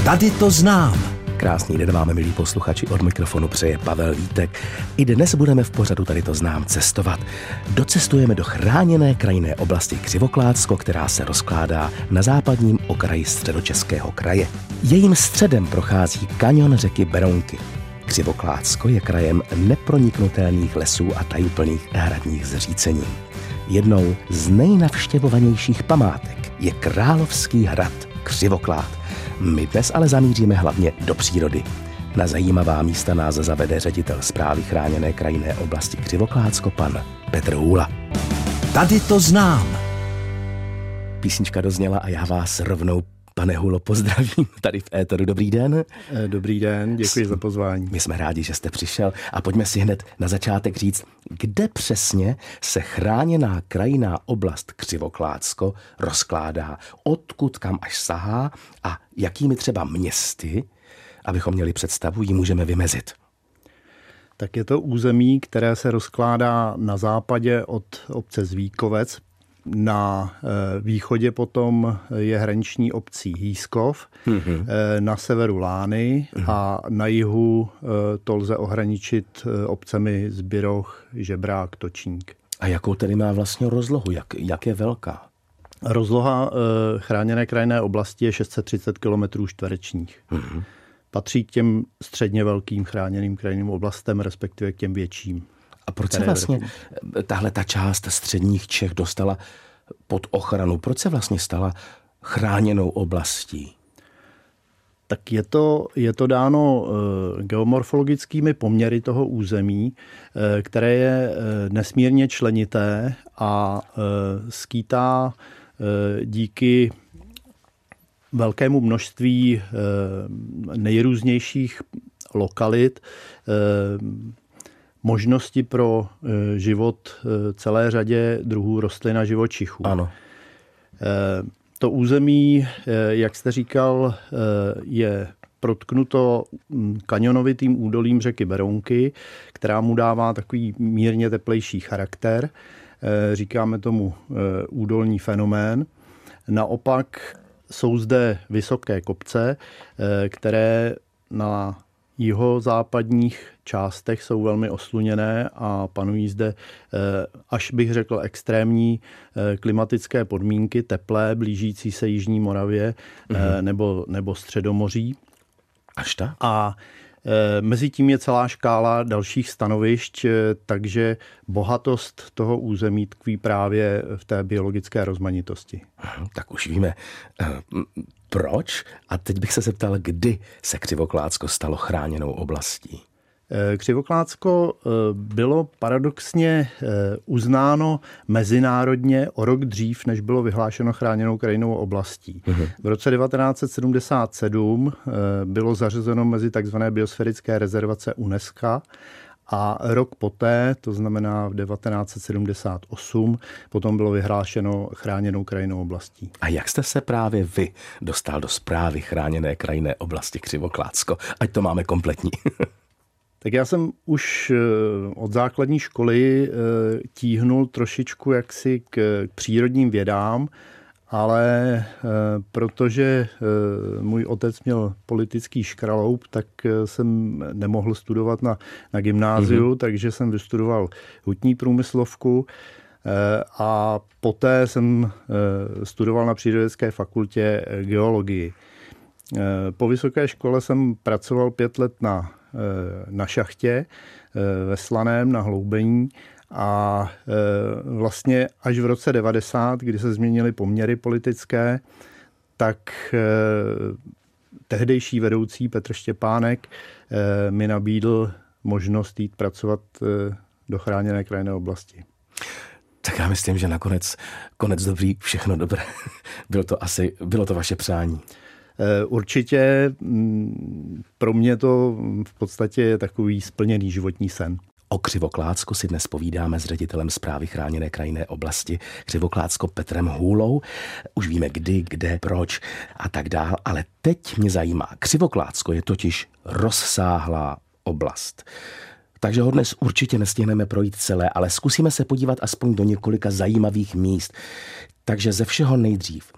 Tady to znám. Krásný den máme, milí posluchači, od mikrofonu přeje Pavel Vítek. I dnes budeme v pořadu Tady to znám cestovat. Docestujeme do chráněné krajinné oblasti Křivoklátsko, která se rozkládá na západním okraji Středočeského kraje. Jejím středem prochází kanion řeky Berounky. Křivoklátsko je krajem neproniknutelných lesů a tajuplných hradních zřícení. Jednou z nejnavštěvovanějších památek je Královský hrad Křivoklád. My dnes ale zamíříme hlavně do přírody. Na zajímavá místa nás zavede ředitel správy chráněné krajinné oblasti Křivoklátsko, pan Petr Hůla. Tady to znám. Písnička dozněla a já vás rovnou, pane Hůlo, pozdravím tady v éteru. Dobrý den. Dobrý den, děkuji za pozvání. My jsme rádi, že jste přišel a pojďme si hned na začátek říct, kde přesně se chráněná krajinná oblast Křivoklátsko rozkládá, odkud kam až sahá a jakými třeba městy, abychom měli představu, ji můžeme vymezit. Tak je to území, které se rozkládá na západě od obce Zvíkovec. Na východě potom je hraniční obcí Hýskov, na severu Lány a na jihu to lze ohraničit obcemi Zbiroh, Žebrák, Točník. A jakou tedy má vlastně rozlohu? Jak je velká? Rozloha chráněné krajinné oblasti je 630 km čtverečních. Patří k těm středně velkým chráněným krajinným oblastem, respektive k těm větším. A proč se vlastně tahle ta část středních Čech dostala pod ochranu? Proč se vlastně stala chráněnou oblastí? Tak je to dáno geomorfologickými poměry toho území, které je nesmírně členité a skýtá díky velkému množství nejrůznějších lokalit možnosti pro život celé řadě druhů rostlin a živočichů. Ano. To území, jak jste říkal, je protknuto kanionovitým údolím řeky Berounky, která mu dává takový mírně teplejší charakter. Říkáme tomu údolní fenomén. Naopak jsou zde vysoké kopce, které na jihozápadních částech jsou velmi osluněné a panují zde, až bych řekl, extrémní klimatické podmínky, teplé, blížící se Jižní Moravě nebo Středomoří. Až tak? A mezi tím je celá škála dalších stanovišť, takže bohatost toho území tkví právě v té biologické rozmanitosti. Tak už víme, proč. A teď bych se zeptal, kdy se Křivoklátsko stalo chráněnou oblastí. Křivoklátsko bylo paradoxně uznáno mezinárodně o rok dřív, než bylo vyhlášeno chráněnou krajinnou oblastí. V roce 1977 bylo zařazeno mezi takzvané biosférické rezervace UNESCO a rok poté, to znamená v 1978, potom bylo vyhlášeno chráněnou krajinnou oblastí. A jak jste se právě vy dostal do správy chráněné krajinné oblasti Křivoklátsko? Ať to máme kompletní. Tak já jsem už od základní školy tíhnul trošičku jaksi k přírodním vědám, ale protože můj otec měl politický škraloup, tak jsem nemohl studovat na gymnáziu, takže jsem vystudoval hutní průmyslovku a poté jsem studoval na Přírodovědecké fakultě geologii. Po vysoké škole jsem pracoval 5 let na šachtě ve Slaném, na hloubení a vlastně až v roce 90, kdy se změnily poměry politické, tak tehdejší vedoucí Petr Štěpánek mi nabídl možnost jít pracovat do chráněné krajinné oblasti. Tak já myslím, že nakonec konec dobrý, všechno dobré. Bylo to vaše přání. Určitě pro mě to v podstatě je takový splněný životní sen. O Křivoklátsku si dnes povídáme s ředitelem správy chráněné krajinné oblasti Křivoklátsko Petrem Hůlou. Už víme kdy, kde, proč a tak dál, ale teď mě zajímá. Křivoklátsko je totiž rozsáhlá oblast. Takže ho dnes určitě nestihneme projít celé, ale zkusíme se podívat aspoň do několika zajímavých míst. Takže ze všeho nejdřív.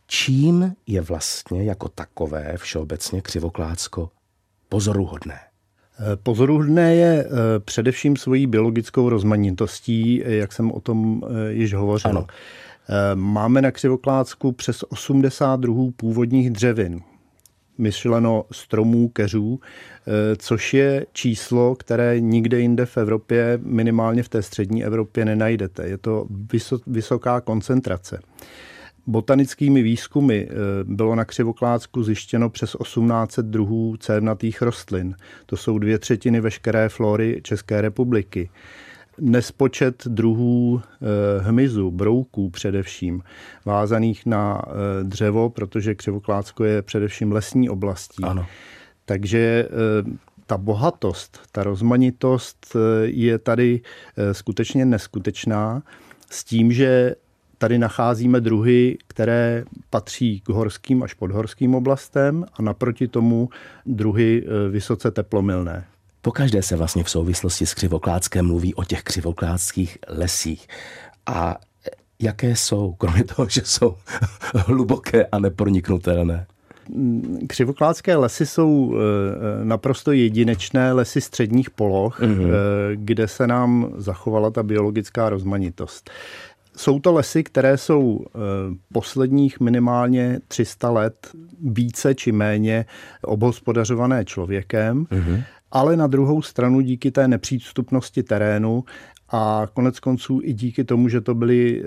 Čím je vlastně jako takové všeobecně Křivoklátsko pozoruhodné? Pozoruhodné je především svojí biologickou rozmanitostí, jak jsem o tom již hovořil. Ano. Máme na Křivoklátsku přes 80 druhů původních dřevin, myšleno stromů, keřů, což je číslo, které nikde jinde v Evropě, minimálně v té střední Evropě, nenajdete. Je to vysoká koncentrace. Botanickými výzkumy bylo na Křivoklátsku zjištěno přes 1800 druhů cévnatých rostlin. To jsou 2/3 veškeré flóry České republiky. Nespočet druhů hmyzu, brouků především, vázaných na dřevo, protože Křivoklátsko je především lesní oblastí. Ano. Takže ta bohatost, ta rozmanitost je tady skutečně neskutečná s tím, že tady nacházíme druhy, které patří k horským až podhorským oblastem a naproti tomu druhy vysoce teplomilné. Pokaždé se vlastně v souvislosti s Křivoklátskem mluví o těch křivoklátských lesích. A jaké jsou, kromě toho, že jsou hluboké a neproniknutelné? Křivoklátské lesy jsou naprosto jedinečné lesy středních poloh, kde se nám zachovala ta biologická rozmanitost. Jsou to lesy, které jsou posledních minimálně 300 let více či méně obhospodařované člověkem, ale na druhou stranu díky té nepřístupnosti terénu a konec konců i díky tomu, že to byly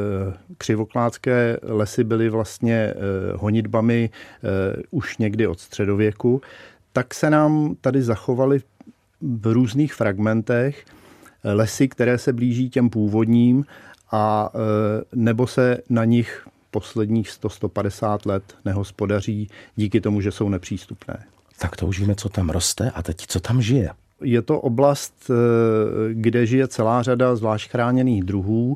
křivoklátské lesy, byly vlastně honitbami už někdy od středověku, tak se nám tady zachovaly v různých fragmentech lesy, které se blíží těm původním a nebo se na nich posledních 100-150 let nehospodaří díky tomu, že jsou nepřístupné. Tak to už víme, co tam roste a teď co tam žije. Je to oblast, kde žije celá řada zvlášť chráněných druhů.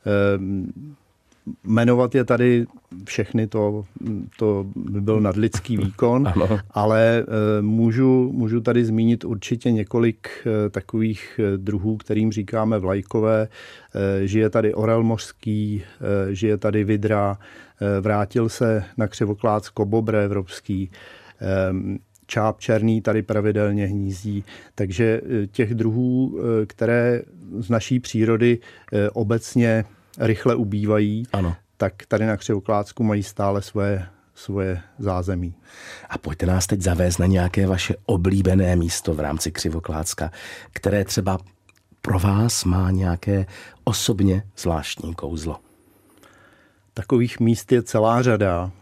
Jmenovat je tady všechny, to by byl nadlidský výkon, ale můžu tady zmínit určitě několik takových druhů, kterým říkáme vlajkové. Žije tady orel mořský, žije tady vidra, vrátil se na Křivoklátsko bobr evropský, čáp černý tady pravidelně hnízdí, takže těch druhů, které z naší přírody obecně rychle ubývají, ano, tak tady na Křivoklátsku mají stále svoje zázemí. A pojďte nás teď zavést na nějaké vaše oblíbené místo v rámci Křivoklátska, které třeba pro vás má nějaké osobně zvláštní Takových míst je celá řada.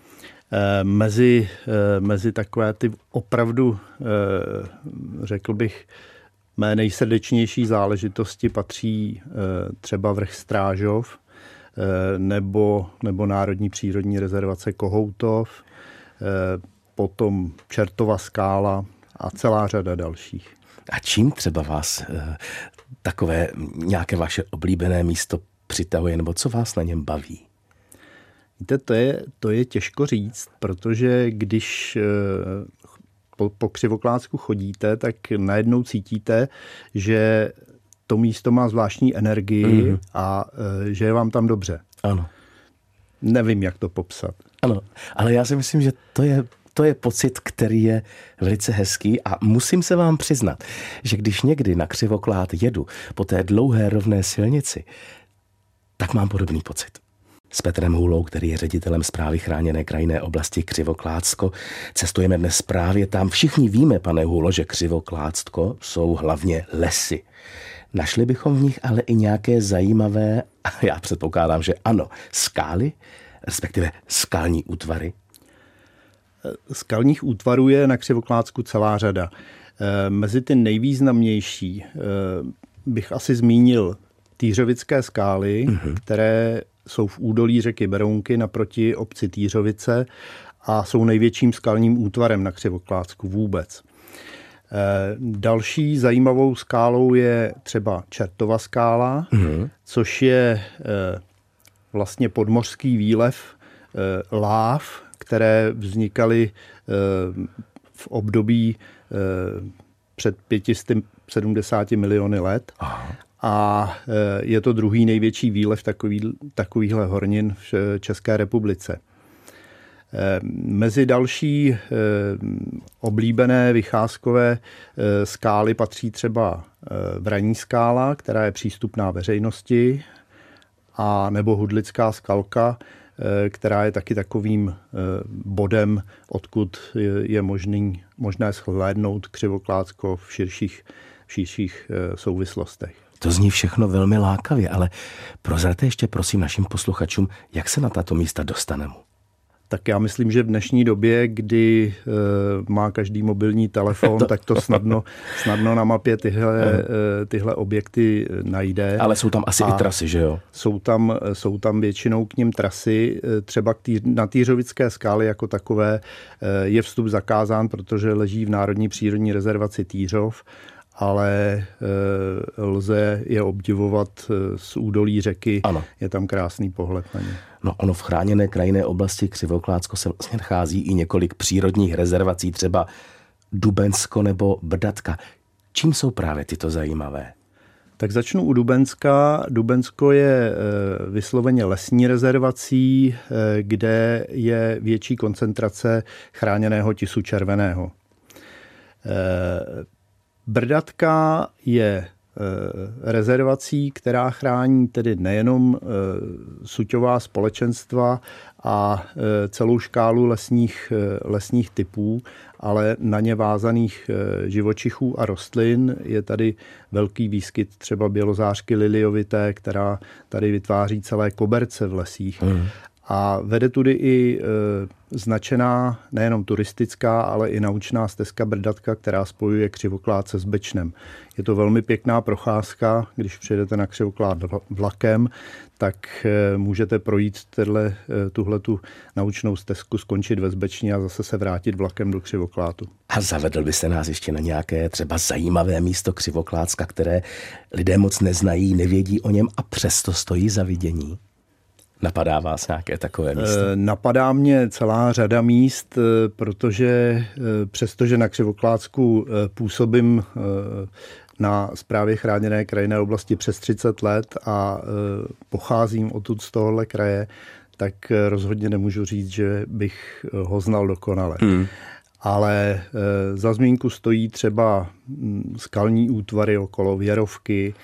Mezi takové ty opravdu, řekl bych, mé nejsrdečnější záležitosti patří třeba vrch Strážov nebo Národní přírodní rezervace Kohoutov, potom Čertova skála a celá řada dalších. A čím třeba vás takové nějaké vaše oblíbené místo přitahuje, nebo co vás na něm baví? Víte, to je těžko říct, protože když po Křivoklátsku chodíte, tak najednou cítíte, že to místo má zvláštní energii a že je vám tam dobře. Ano. Nevím, jak to popsat. Ano, ale já si myslím, že to je pocit, který je velice hezký a musím se vám přiznat, že když někdy na Křivoklád jedu po té dlouhé rovné silnici, tak mám podobný pocit. S Petrem Hůlou, který je ředitelem Správy chráněné krajinné oblasti Křivoklátsko, cestujeme dnes právě tam. Všichni víme, pane Hůlo, že Křivoklátsko jsou hlavně lesy. Našli bychom v nich ale i nějaké zajímavé, a já předpokládám, že ano, skály, respektive skalní útvary. Skalních útvarů je na Křivoklátsku celá řada. Mezi ty nejvýznamnější bych asi zmínil Týřovické skály, které jsou v údolí řeky Berounky naproti obci Týřovice a jsou největším skalním útvarem na Křivoklátsku vůbec. Další zajímavou skálou je třeba Čertova skála, což je vlastně podmořský výlev láv, které vznikaly v období před 570 miliony let. Aha. A je to druhý největší výlev takovýchhle hornin v České republice. Mezi další oblíbené vycházkové skály patří třeba Vraní skála, která je přístupná veřejnosti, a nebo Hudlická skalka, která je taky takovým bodem, odkud je možné shlédnout Křivoklátsko v širších souvislostech. To zní všechno velmi lákavě, ale prozraďte ještě prosím našim posluchačům, jak se na tato místa dostaneme. Tak já myslím, že v dnešní době, kdy má každý mobilní telefon, tak to snadno na mapě tyhle objekty najde. Ale jsou tam asi i trasy, že jo? Jsou tam většinou k nim trasy. Třeba na Týřovické skály jako takové je vstup zakázán, protože leží v Národní přírodní rezervaci Týřov, ale lze je obdivovat z údolí řeky. Ano. Je tam krásný pohled na ně. No ono v chráněné krajinné oblasti Křivoklátsko se vlastně nachází i několik přírodních rezervací, třeba Dubensko nebo Brdatka. Čím jsou právě tyto zajímavé? Tak začnu u Dubenska. Dubensko je vysloveně lesní rezervací, kde je větší koncentrace chráněného tisu červeného. Brdatka je rezervací, která chrání tedy nejenom suťová společenstva a celou škálu lesních typů, ale na ně vázaných živočichů a rostlin. Je tady velký výskyt třeba bělozářky liliovité, která tady vytváří celé koberce v lesích. A vede tudy i značená nejenom turistická, ale i naučná stezka Brdatka, která spojuje Křivoklát s Bečnem. Je to velmi pěkná procházka, když přijedete na Křivoklát vlakem, tak můžete projít tuhletu naučnou stezku, skončit ve Zbečni a zase se vrátit vlakem do Křivoklátu. A zavedl byste nás ještě na nějaké třeba zajímavé místo Křivoklátska, které lidé moc neznají, nevědí o něm a přesto stojí za vidění? Napadá vás nějaké takové místo? Napadá mě celá řada míst, protože přestože na Křivoklátsku působím na správě chráněné krajinné oblasti přes 30 let a pocházím odtud z tohohle kraje, tak rozhodně nemůžu říct, že bych ho znal dokonale. Ale za zmínku stojí třeba skalní útvary okolo Věrovky,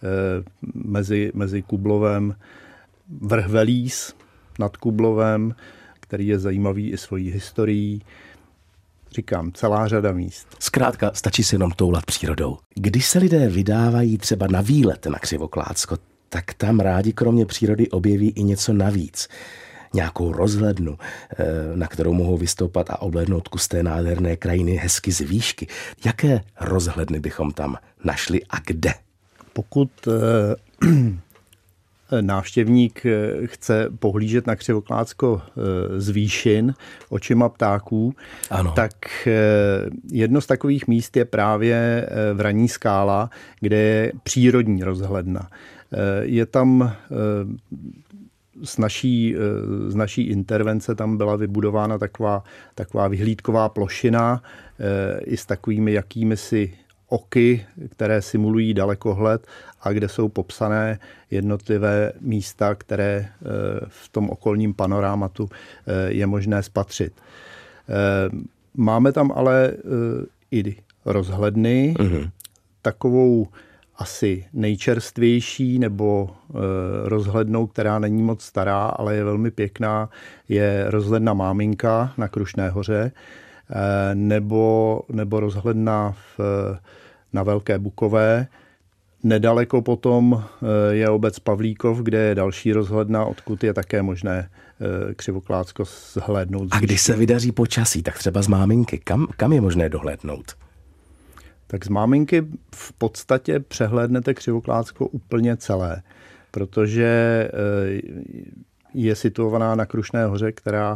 mezi Kublovem, vrch Velíz nad Kublovem, který je zajímavý i svojí historií. Říkám, celá řada míst. Zkrátka, stačí si jenom toulat přírodou. Když se lidé vydávají třeba na výlet na Křivoklátsko, tak tam rádi kromě přírody objeví i něco navíc. Nějakou rozhlednu, na kterou mohou vystoupat a obhlédnout kus té nádherné krajiny hezky z výšky. Jaké rozhledny bychom tam našli a kde? Pokud návštěvník chce pohlížet na Křivoklátsko z výšin očima ptáků, ano, tak jedno z takových míst je právě Vraní skála, kde je přírodní rozhledna. Je tam z naší intervence tam byla vybudována taková vyhlídková plošina i s takovými jakýmisi oky, které simulují dalekohled a kde jsou popsané jednotlivé místa, které v tom okolním panorámatu je možné spatřit. Máme tam ale i rozhledny, takovou asi nejčerstvější nebo rozhlednou, která není moc stará, ale je velmi pěkná, je rozhledna Máminka na Krušné hoře, nebo rozhledna na Velké Bukové. Nedaleko potom je obec Pavlíkov, kde je další rozhledna, odkud je také možné Křivoklátsko zhlédnout. A když se vydaří počasí, tak třeba z Máminky, kam je možné dohlédnout? Tak z Máminky v podstatě přehlédnete Křivoklátsko úplně celé, protože je situovaná na Krušné hoře, která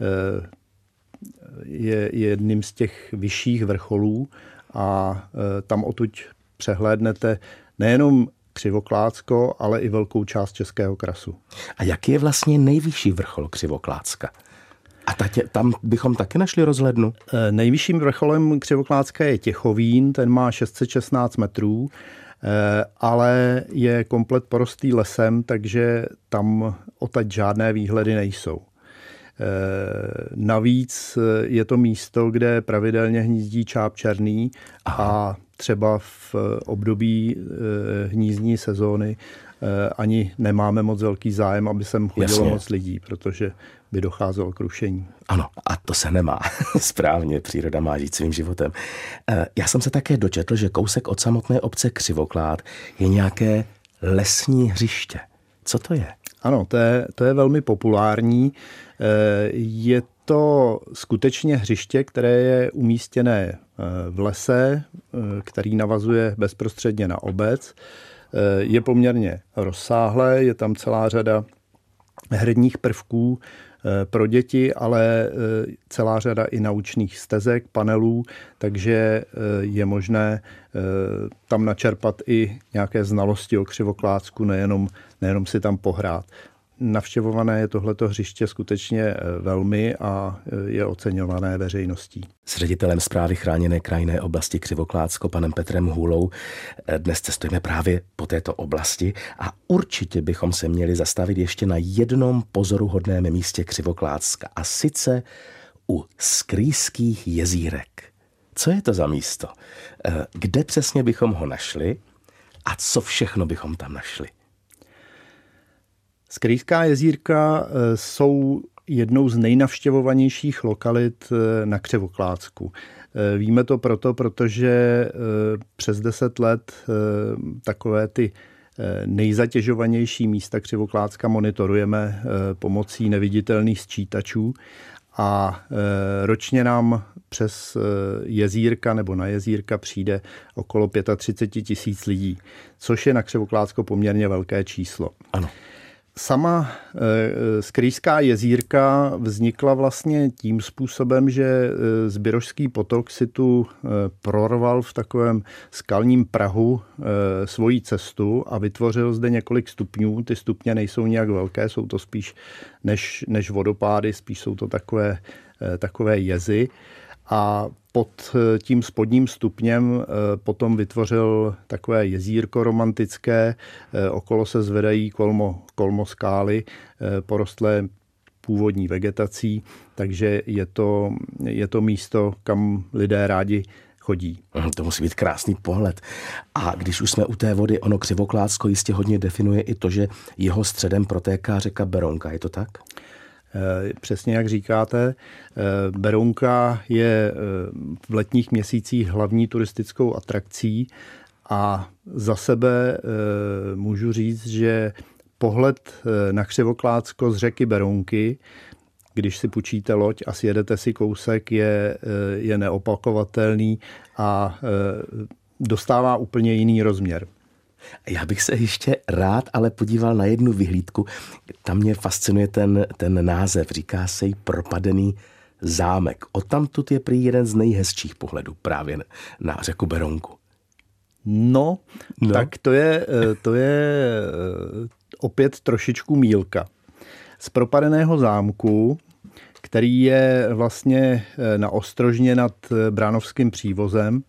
je jedním z těch vyšších vrcholů a tam odtud přehlédnete nejenom Křivoklátsko, ale i velkou část Českého krasu. A jaký je vlastně nejvyšší vrchol Křivoklátska? A tam bychom taky našli rozhlednu? Nejvyšším vrcholem Křivoklácka je Těchovín, ten má 616 metrů, ale je komplet porostlý lesem, takže tam odtud žádné výhledy nejsou. Navíc je to místo, kde pravidelně hnízdí čáp černý a třeba v období hnízdní sezóny ani nemáme moc velký zájem, aby sem chodilo moc lidí, protože by docházelo k rušení. Ano, a to se nemá. Správně, příroda má žít svým životem. Já jsem se také dočetl, že kousek od samotné obce Křivoklád je nějaké lesní hřiště. Co to je? Ano, to je velmi populární. Je to skutečně hřiště, které je umístěné v lese, který navazuje bezprostředně na obec. Je poměrně rozsáhlé, je tam celá řada herních prvků pro děti, ale celá řada i naučných stezek, panelů, takže je možné tam načerpat i nějaké znalosti o Křivokládsku, nejenom si tam pohrát. Navštěvované je tohleto hřiště skutečně velmi a je oceňované veřejností. S ředitelem Správy chráněné krajinné oblasti Křivoklátsko, panem Petrem Hůlou, dnes cestujeme právě po této oblasti a určitě bychom se měli zastavit ještě na jednom pozoruhodném místě Křivoklátska, a sice u Skrýských jezírek. Co je to za místo? Kde přesně bychom ho našli a co všechno bychom tam našli? Skrýská jezírka jsou jednou z nejnavštěvovanějších lokalit na Křivokládsku. Víme to protože přes 10 let takové ty nejzatěžovanější místa Křivokládska monitorujeme pomocí neviditelných sčítačů a ročně nám přes jezírka nebo na jezírka přijde okolo 35 000 lidí, což je na Křivokládsko poměrně velké číslo. Ano. Sama Skrýská jezírka vznikla vlastně tím způsobem, že Zbirožský potok si tu prorval v takovém skalním prahu svoji cestu a vytvořil zde několik stupňů. Ty stupně nejsou nijak velké, jsou to spíš než vodopády, spíš jsou to takové jezy. A pod tím spodním stupněm potom vytvořil takové jezírko romantické, okolo se zvedají kolmo skály, porostlé původní vegetací, takže je to místo, kam lidé rádi chodí. To musí být krásný pohled. A když už jsme u té vody, ono Křivoklátsko jistě hodně definuje i to, že jeho středem protéká řeka Berounka, je to tak? Přesně jak říkáte, Berounka je v letních měsících hlavní turistickou atrakcí a za sebe můžu říct, že pohled na Křivoklátsko z řeky Berounky, když si půjčíte loď a sjedete si kousek, je neopakovatelný a dostává úplně jiný rozměr. Já bych se ještě rád ale podíval na jednu vyhlídku. Tam mě fascinuje ten název. Říká se jí Propadený zámek. Odtamtud je prý jeden z nejhezčích pohledů právě na řeku Berounku. No, tak to je opět trošičku mýlka. Z Propadeného zámku, který je vlastně na Ostrožně nad Bránovským přívozem,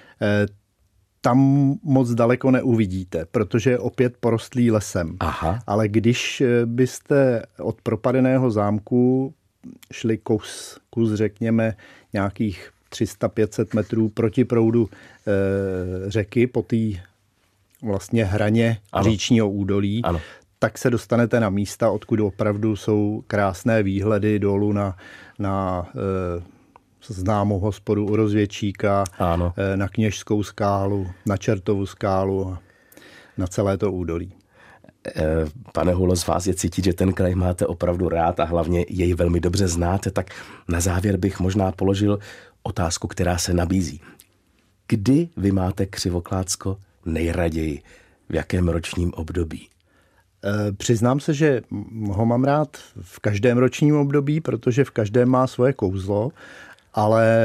tam moc daleko neuvidíte, protože je opět porostlý lesem. Aha. Ale když byste od Propadeného zámku šli kus řekněme, nějakých 300-500 metrů proti proudu řeky po té vlastně hraně říčního údolí, tak se dostanete na místa, odkud opravdu jsou krásné výhledy dolů na známou hospodu u Rozvědčíka, na Kněžskou skálu, na Čertovu skálu a na celé to údolí. Pane Hůlo, z vás je cítit, že ten kraj máte opravdu rád a hlavně jej velmi dobře znáte, tak na závěr bych možná položil otázku, která se nabízí. Kdy vy máte Křivoklátsko nejraději? V jakém ročním období? Přiznám se, že ho mám rád v každém ročním období, protože v každém má svoje kouzlo, ale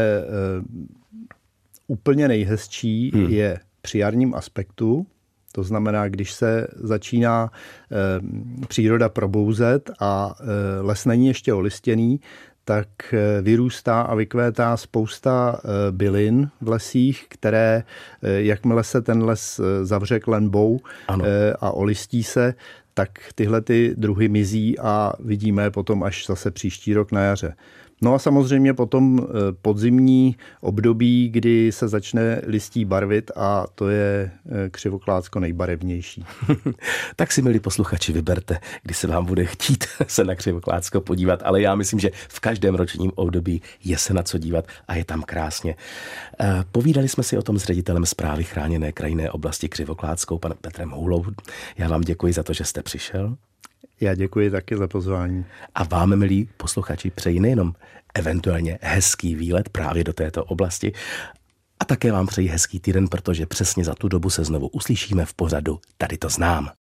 úplně nejhezčí je při jarním aspektu. To znamená, když se začíná příroda probouzet a les není ještě olistěný, tak vyrůstá a vykvétá spousta bylin v lesích, které, jakmile se ten les zavře klenbou a olistí se, tak tyhle ty druhy mizí a vidíme je potom až zase příští rok na jaře. No a samozřejmě potom podzimní období, kdy se začne listí barvit a to je křivoklátsko nejbarevnější. Tak si, milí posluchači, vyberte, kdy se vám bude chtít se na křivoklátsko podívat, ale já myslím, že v každém ročním období je se na co dívat a je tam krásně. Povídali jsme si o tom s ředitelem Správy chráněné krajinné oblasti Křivoklátskou, panem Petrem Hůlou. Já vám děkuji za to, že jste přišel. Já děkuji taky za pozvání. A vám, milí posluchači, přeji nejenom eventuálně hezký výlet právě do této oblasti, a také vám přeji hezký týden, protože přesně za tu dobu se znovu uslyšíme v pořadu Tady to znám.